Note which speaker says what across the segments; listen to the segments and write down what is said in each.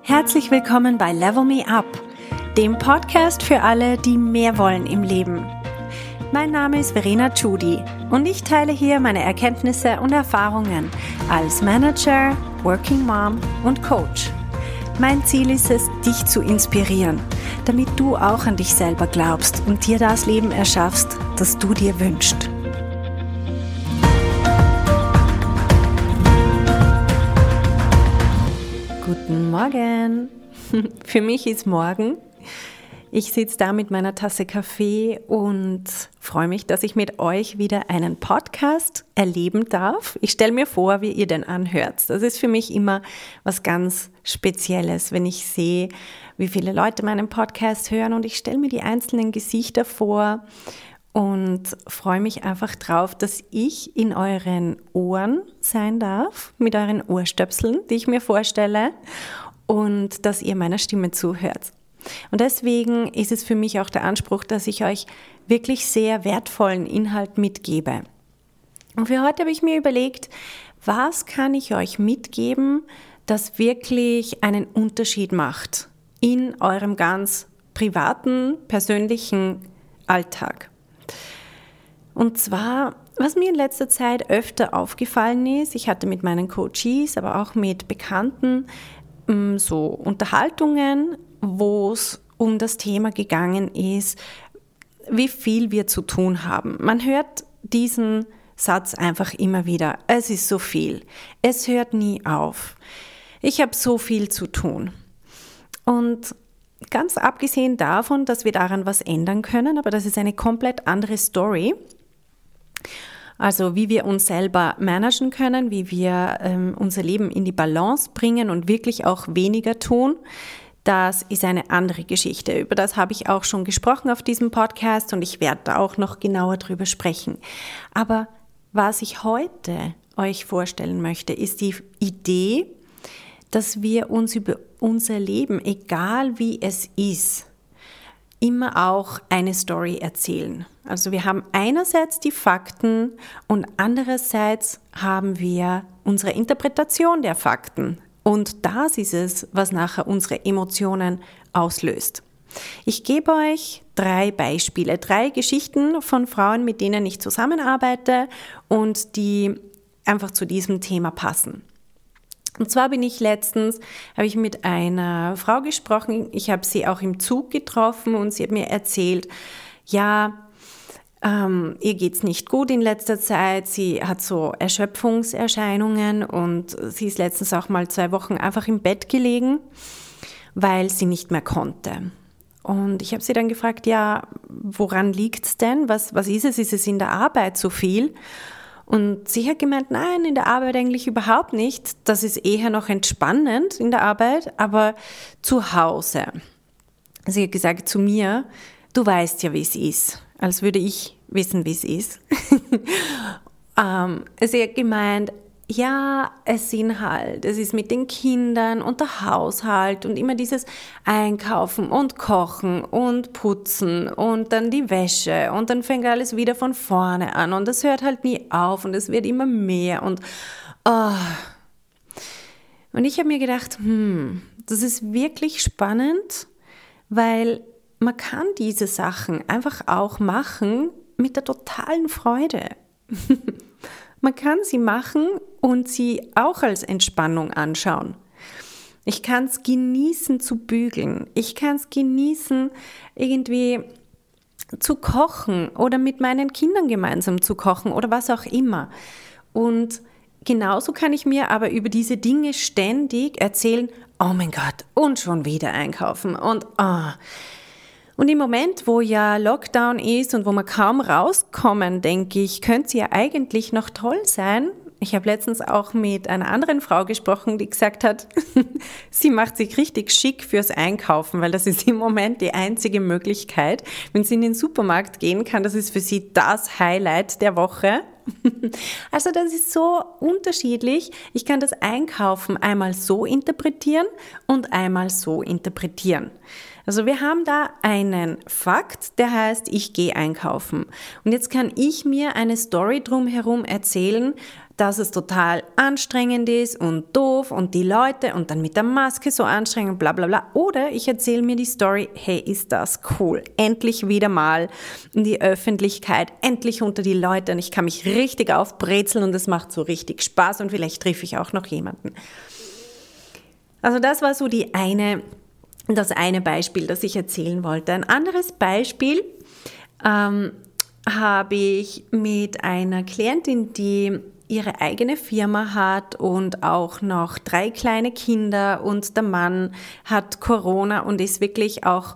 Speaker 1: Herzlich willkommen bei Level Me Up, dem Podcast für alle, die mehr wollen im Leben. Mein Name ist Verena Tschudi und ich teile hier meine Erkenntnisse und Erfahrungen als Manager, Working Mom und Coach. Mein Ziel ist es, dich zu inspirieren, damit du auch an dich selber glaubst und dir das Leben erschaffst, das du dir wünschst. Guten Morgen! Für mich ist morgen. Ich sitze da mit meiner Tasse Kaffee und freue mich, dass ich mit euch wieder einen Podcast erleben darf. Ich stelle mir vor, wie ihr den anhört. Das ist für mich immer was ganz Spezielles, wenn ich sehe, wie viele Leute meinen Podcast hören und ich stelle mir die einzelnen Gesichter vor und freue mich einfach drauf, dass ich in euren Ohren sein darf, mit euren Ohrstöpseln, die ich mir vorstelle, und dass ihr meiner Stimme zuhört. Und deswegen ist es für mich auch der Anspruch, dass ich euch wirklich sehr wertvollen Inhalt mitgebe. Und für heute habe ich mir überlegt, was kann ich euch mitgeben, das wirklich einen Unterschied macht in eurem ganz privaten, persönlichen Alltag. Und zwar, was mir in letzter Zeit öfter aufgefallen ist, ich hatte mit meinen Coaches, aber auch mit Bekannten so Unterhaltungen, wo es um das Thema gegangen ist, wie viel wir zu tun haben. Man hört diesen Satz einfach immer wieder. Es ist so viel. Es hört nie auf. Ich habe so viel zu tun. Und ganz abgesehen davon, dass wir daran was ändern können, aber das ist eine komplett andere Story. Also wie wir uns selber managen können, wie wir unser Leben in die Balance bringen und wirklich auch weniger tun, das ist eine andere Geschichte. Über das habe ich auch schon gesprochen auf diesem Podcast und ich werde da auch noch genauer drüber sprechen. Aber was ich heute euch vorstellen möchte, ist die Idee, dass wir uns über unser Leben, egal wie es ist, immer auch eine Story erzählen. Also wir haben einerseits die Fakten und andererseits haben wir unsere Interpretation der Fakten. Und das ist es, was nachher unsere Emotionen auslöst. Ich gebe euch 3 Beispiele, 3 Geschichten von Frauen, mit denen ich zusammenarbeite und die einfach zu diesem Thema passen. Und zwar habe ich mit einer Frau gesprochen, ich habe sie auch im Zug getroffen und sie hat mir erzählt, ja, ihr geht's nicht gut in letzter Zeit, sie hat so Erschöpfungserscheinungen und sie ist letztens auch mal 2 Wochen einfach im Bett gelegen, weil sie nicht mehr konnte. Und ich habe sie dann gefragt, ja, woran liegt's denn? Was ist es? Ist es in der Arbeit so viel? Und sie hat gemeint, nein, in der Arbeit eigentlich überhaupt nicht. Das ist eher noch entspannend in der Arbeit, aber zu Hause. Sie hat gesagt zu mir, du weißt ja, wie es ist, als würde ich wissen, wie es ist. Sie hat gemeint, ja, es ist mit den Kindern und der Haushalt und immer dieses Einkaufen und Kochen und Putzen und dann die Wäsche und dann fängt alles wieder von vorne an und es hört halt nie auf und es wird immer mehr und ich habe mir gedacht, das ist wirklich spannend, weil man kann diese Sachen einfach auch machen mit der totalen Freude. Man kann sie machen und sie auch als Entspannung anschauen. Ich kann es genießen zu bügeln. Ich kann es genießen, irgendwie zu kochen oder mit meinen Kindern gemeinsam zu kochen oder was auch immer. Und genauso kann ich mir aber über diese Dinge ständig erzählen, oh mein Gott, und schon wieder einkaufen und Und im Moment, wo ja Lockdown ist und wo wir kaum rauskommen, denke ich, könnte es ja eigentlich noch toll sein. Ich habe letztens auch mit einer anderen Frau gesprochen, die gesagt hat, sie macht sich richtig schick fürs Einkaufen, weil das ist im Moment die einzige Möglichkeit. Wenn sie in den Supermarkt gehen kann, das ist für sie das Highlight der Woche. Also das ist so unterschiedlich. Ich kann das Einkaufen einmal so interpretieren und einmal so interpretieren. Also wir haben da einen Fakt, der heißt, ich gehe einkaufen. Und jetzt kann ich mir eine Story drumherum erzählen, dass es total anstrengend ist und doof und die Leute und dann mit der Maske so anstrengend, bla bla bla. Oder ich erzähle mir die Story, hey, ist das cool, endlich wieder mal in die Öffentlichkeit, endlich unter die Leute und ich kann mich richtig aufbrezeln und es macht so richtig Spaß und vielleicht treffe ich auch noch jemanden. Also das war so das eine Beispiel, das ich erzählen wollte. Ein anderes Beispiel habe ich mit einer Klientin, die ihre eigene Firma hat und auch noch 3 kleine Kinder und der Mann hat Corona und ist wirklich auch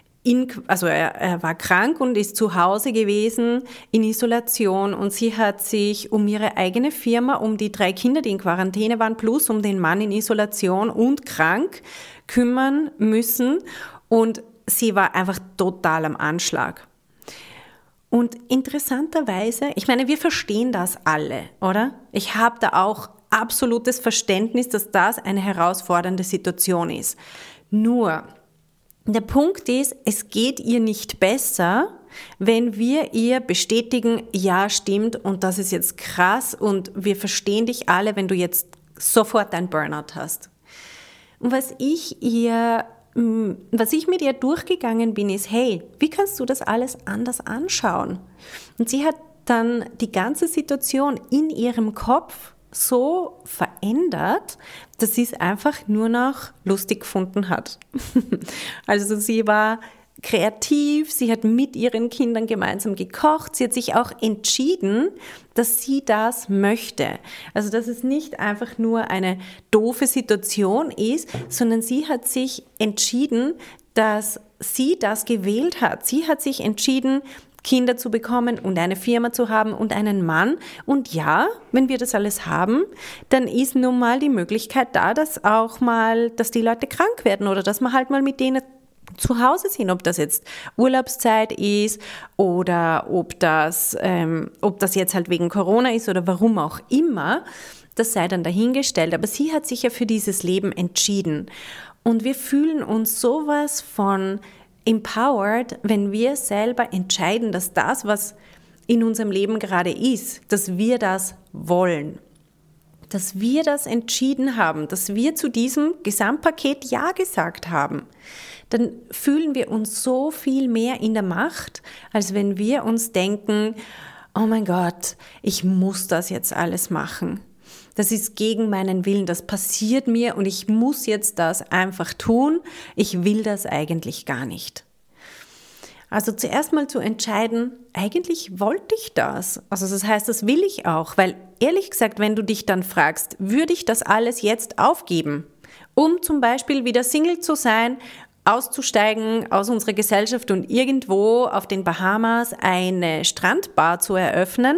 Speaker 1: er war krank und ist zu Hause gewesen in Isolation und sie hat sich um ihre eigene Firma, um die 3 Kinder, die in Quarantäne waren, plus um den Mann in Isolation und krank kümmern müssen und sie war einfach total am Anschlag. Und interessanterweise, ich meine, wir verstehen das alle, oder? Ich habe da auch absolutes Verständnis, dass das eine herausfordernde Situation ist. Nur, der Punkt ist, es geht ihr nicht besser, wenn wir ihr bestätigen, ja, stimmt und das ist jetzt krass und wir verstehen dich alle, wenn du jetzt sofort ein Burnout hast. Und was ich mit ihr durchgegangen bin, ist, hey, wie kannst du das alles anders anschauen? Und sie hat dann die ganze Situation in ihrem Kopf so verändert, dass sie es einfach nur noch lustig gefunden hat. Also sie war kreativ, sie hat mit ihren Kindern gemeinsam gekocht, sie hat sich auch entschieden, dass sie das möchte. Also dass es nicht einfach nur eine doofe Situation ist, sondern sie hat sich entschieden, dass sie das gewählt hat. Sie hat sich entschieden, Kinder zu bekommen und eine Firma zu haben und einen Mann. Und ja, wenn wir das alles haben, dann ist nun mal die Möglichkeit da, dass die Leute krank werden oder dass man halt mal mit denen zu Hause sind, ob das jetzt Urlaubszeit ist oder ob das jetzt halt wegen Corona ist oder warum auch immer, das sei dann dahingestellt. Aber sie hat sich ja für dieses Leben entschieden. Und wir fühlen uns sowas von empowered, wenn wir selber entscheiden, dass das, was in unserem Leben gerade ist, dass wir das wollen. Dass wir das entschieden haben, dass wir zu diesem Gesamtpaket Ja gesagt haben. Dann fühlen wir uns so viel mehr in der Macht, als wenn wir uns denken, oh mein Gott, ich muss das jetzt alles machen. Das ist gegen meinen Willen, das passiert mir und ich muss jetzt das einfach tun. Ich will das eigentlich gar nicht. Also zuerst mal zu entscheiden, eigentlich wollte ich das. Also das heißt, das will ich auch, weil ehrlich gesagt, wenn du dich dann fragst, würde ich das alles jetzt aufgeben, um zum Beispiel wieder Single zu sein, auszusteigen aus unserer Gesellschaft und irgendwo auf den Bahamas eine Strandbar zu eröffnen?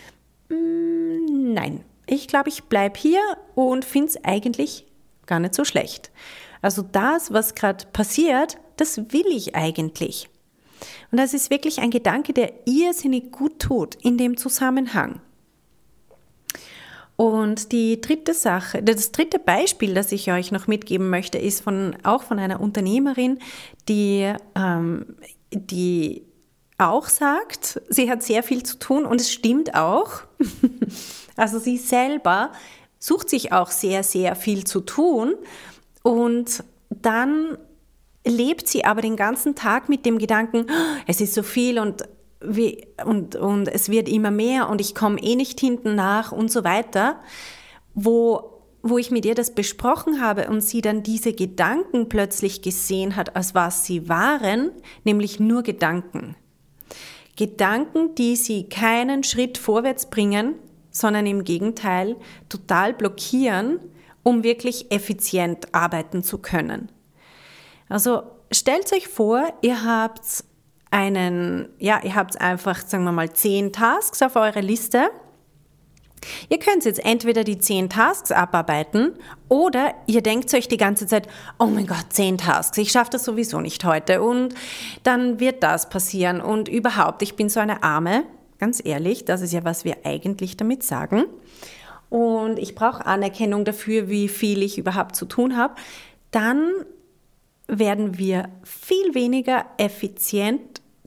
Speaker 1: Nein. Ich glaube, ich bleibe hier und finde es eigentlich gar nicht so schlecht. Also das, was gerade passiert, das will ich eigentlich. Und das ist wirklich ein Gedanke, der irrsinnig gut tut in dem Zusammenhang. Und die dritte Sache, das dritte Beispiel, das ich euch noch mitgeben möchte, ist auch von einer Unternehmerin, die auch sagt, sie hat sehr viel zu tun und es stimmt auch. Also sie selber sucht sich auch sehr, sehr viel zu tun und dann lebt sie aber den ganzen Tag mit dem Gedanken, es ist so viel und es wird immer mehr und ich komme eh nicht hinten nach und so weiter, wo ich mit ihr das besprochen habe und sie dann diese Gedanken plötzlich gesehen hat, als was sie waren, nämlich nur Gedanken. Gedanken, die sie keinen Schritt vorwärts bringen, sondern im Gegenteil total blockieren, um wirklich effizient arbeiten zu können. Also stellt euch vor, ihr habt einfach, sagen wir mal, 10 Tasks auf eurer Liste. Ihr könnt jetzt entweder die 10 Tasks abarbeiten oder ihr denkt euch die ganze Zeit, oh mein Gott, 10 Tasks, ich schaffe das sowieso nicht heute und dann wird das passieren und überhaupt, ich bin so eine Arme, ganz ehrlich, das ist ja, was wir eigentlich damit sagen und ich brauche Anerkennung dafür, wie viel ich überhaupt zu tun habe, dann werden wir viel weniger effizient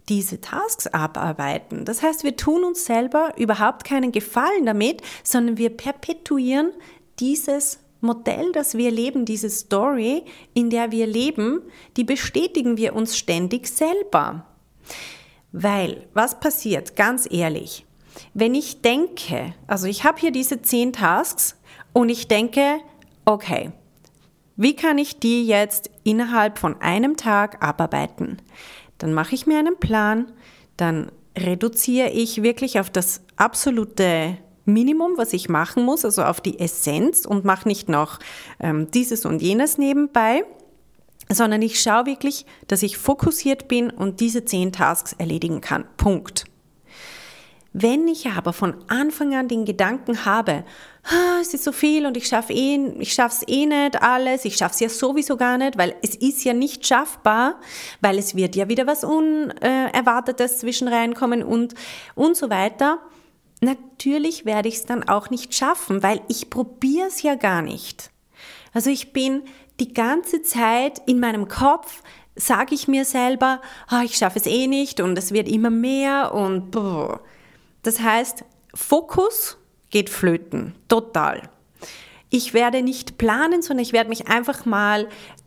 Speaker 1: diese Tasks abarbeiten. Das heißt, wir tun uns selber überhaupt keinen Gefallen damit, sondern wir perpetuieren dieses Modell, das wir leben, diese Story, in der wir leben, die bestätigen wir uns ständig selber. Weil, was passiert, ganz ehrlich, wenn ich denke, also ich habe hier diese 10 Tasks und ich denke, okay, wie kann ich die jetzt innerhalb von einem Tag abarbeiten? Dann mache ich mir einen Plan, dann reduziere ich wirklich auf das absolute Minimum, was ich machen muss, also auf die Essenz und mache nicht noch dieses und jenes nebenbei, sondern ich schaue wirklich, dass ich fokussiert bin und diese 10 Tasks erledigen kann. Punkt. Wenn ich aber von Anfang an den Gedanken habe, es ist so viel und ich schaffe es eh nicht alles, ich schaffe es ja sowieso gar nicht, weil es ist ja nicht schaffbar, weil es wird ja wieder was Unerwartetes zwischen reinkommen und so weiter. Natürlich werde ich es dann auch nicht schaffen, weil ich probiere es ja gar nicht. Also ich bin die ganze Zeit in meinem Kopf, sage ich mir selber, ich schaffe es eh nicht und es wird immer mehr und Das heißt, Fokus geht flöten, total. Ich werde nicht planen, sondern ich werde mich einfach mal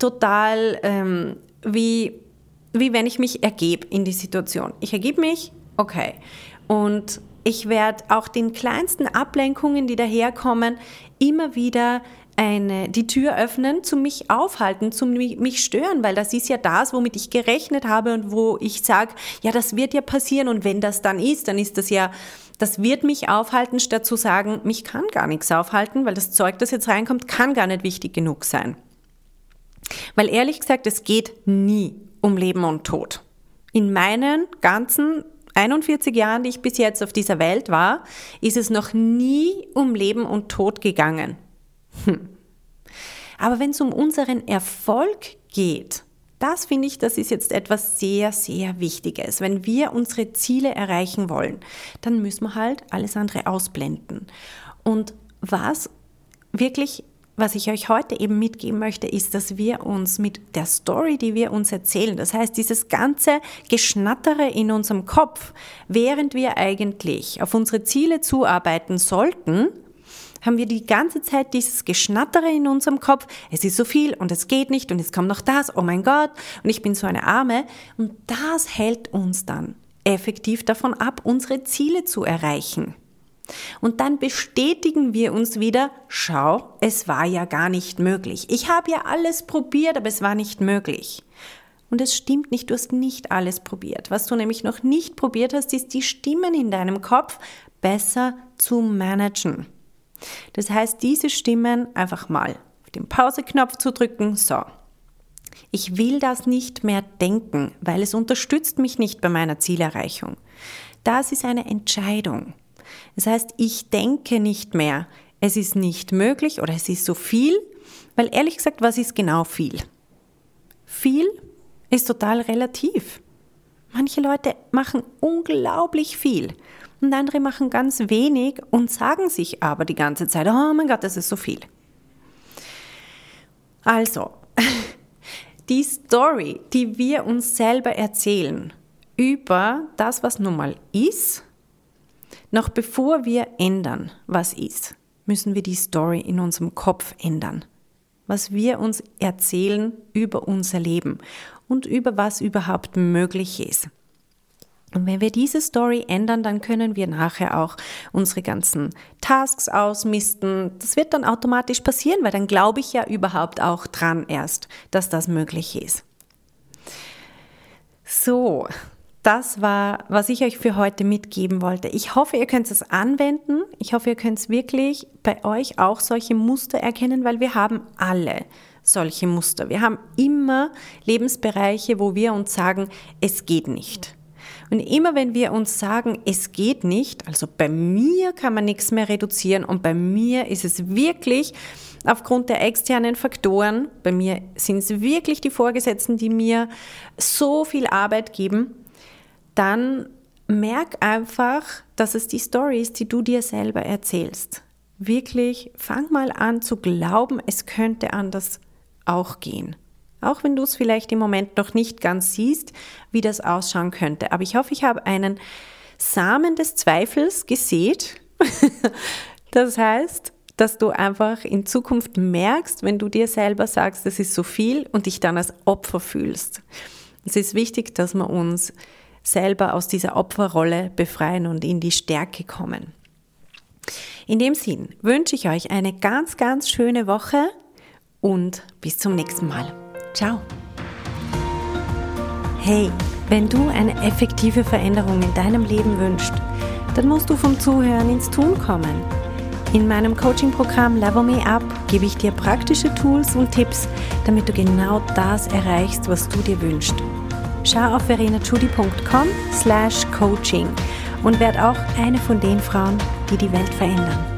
Speaker 1: total, wie wenn ich mich ergebe in die Situation. Ich ergebe mich, okay. Und ich werde auch den kleinsten Ablenkungen, die daherkommen, immer wieder die Tür öffnen, zum mich aufhalten, zum mich stören, weil das ist ja das, womit ich gerechnet habe und wo ich sage, ja, das wird ja passieren und wenn das dann ist das ja, das wird mich aufhalten, statt zu sagen, mich kann gar nichts aufhalten, weil das Zeug, das jetzt reinkommt, kann gar nicht wichtig genug sein. Weil ehrlich gesagt, es geht nie um Leben und Tod. In meinen ganzen 41 Jahren, die ich bis jetzt auf dieser Welt war, ist es noch nie um Leben und Tod gegangen. Aber wenn es um unseren Erfolg geht, das finde ich, das ist jetzt etwas sehr, sehr Wichtiges. Wenn wir unsere Ziele erreichen wollen, dann müssen wir halt alles andere ausblenden. Und was ich euch heute eben mitgeben möchte, ist, dass wir uns mit der Story, die wir uns erzählen, das heißt, dieses ganze Geschnattere in unserem Kopf, während wir eigentlich auf unsere Ziele zuarbeiten sollten, haben wir die ganze Zeit dieses Geschnattere in unserem Kopf, es ist so viel und es geht nicht und jetzt kommt noch das, oh mein Gott, und ich bin so eine Arme. Und das hält uns dann effektiv davon ab, unsere Ziele zu erreichen. Und dann bestätigen wir uns wieder, schau, es war ja gar nicht möglich. Ich habe ja alles probiert, aber es war nicht möglich. Und es stimmt nicht, du hast nicht alles probiert. Was du nämlich noch nicht probiert hast, ist die Stimmen in deinem Kopf besser zu managen. Das heißt, diese Stimmen einfach mal auf den Pauseknopf zu drücken, so. Ich will das nicht mehr denken, weil es unterstützt mich nicht bei meiner Zielerreichung. Das ist eine Entscheidung. Das heißt, ich denke nicht mehr, es ist nicht möglich oder es ist so viel, weil ehrlich gesagt, was ist genau viel? Viel ist total relativ. Manche Leute machen unglaublich viel und andere machen ganz wenig und sagen sich aber die ganze Zeit, oh mein Gott, das ist so viel. Also, die Story, die wir uns selber erzählen über das, was nun mal ist, noch bevor wir ändern, was ist, müssen wir die Story in unserem Kopf ändern. Was wir uns erzählen über unser Leben und über was überhaupt möglich ist. Und wenn wir diese Story ändern, dann können wir nachher auch unsere ganzen Tasks ausmisten. Das wird dann automatisch passieren, weil dann glaube ich ja überhaupt auch dran erst, dass das möglich ist. So, das war, was ich euch für heute mitgeben wollte. Ich hoffe, ihr könnt es anwenden. Ich hoffe, ihr könnt wirklich bei euch auch solche Muster erkennen, weil wir haben alle solche Muster. Wir haben immer Lebensbereiche, wo wir uns sagen, es geht nicht. Und immer wenn wir uns sagen, es geht nicht, also bei mir kann man nichts mehr reduzieren und bei mir ist es wirklich aufgrund der externen Faktoren, bei mir sind es wirklich die Vorgesetzten, die mir so viel Arbeit geben, dann merk einfach, dass es die Story ist, die du dir selber erzählst. Wirklich, fang mal an zu glauben, es könnte anders auch gehen. Auch wenn du es vielleicht im Moment noch nicht ganz siehst, wie das ausschauen könnte. Aber ich hoffe, ich habe einen Samen des Zweifels gesät. Das heißt, dass du einfach in Zukunft merkst, wenn du dir selber sagst, das ist so viel und dich dann als Opfer fühlst. Es ist wichtig, dass wir uns selber aus dieser Opferrolle befreien und in die Stärke kommen. In dem Sinn wünsche ich euch eine ganz, ganz schöne Woche und bis zum nächsten Mal. Ciao. Hey, wenn du eine effektive Veränderung in deinem Leben wünschst, dann musst du vom Zuhören ins Tun kommen. In meinem Coaching-Programm Level Me Up gebe ich dir praktische Tools und Tipps, damit du genau das erreichst, was du dir wünschst. Schau auf verenachudi.com/coaching und werd auch eine von den Frauen, die die Welt verändern.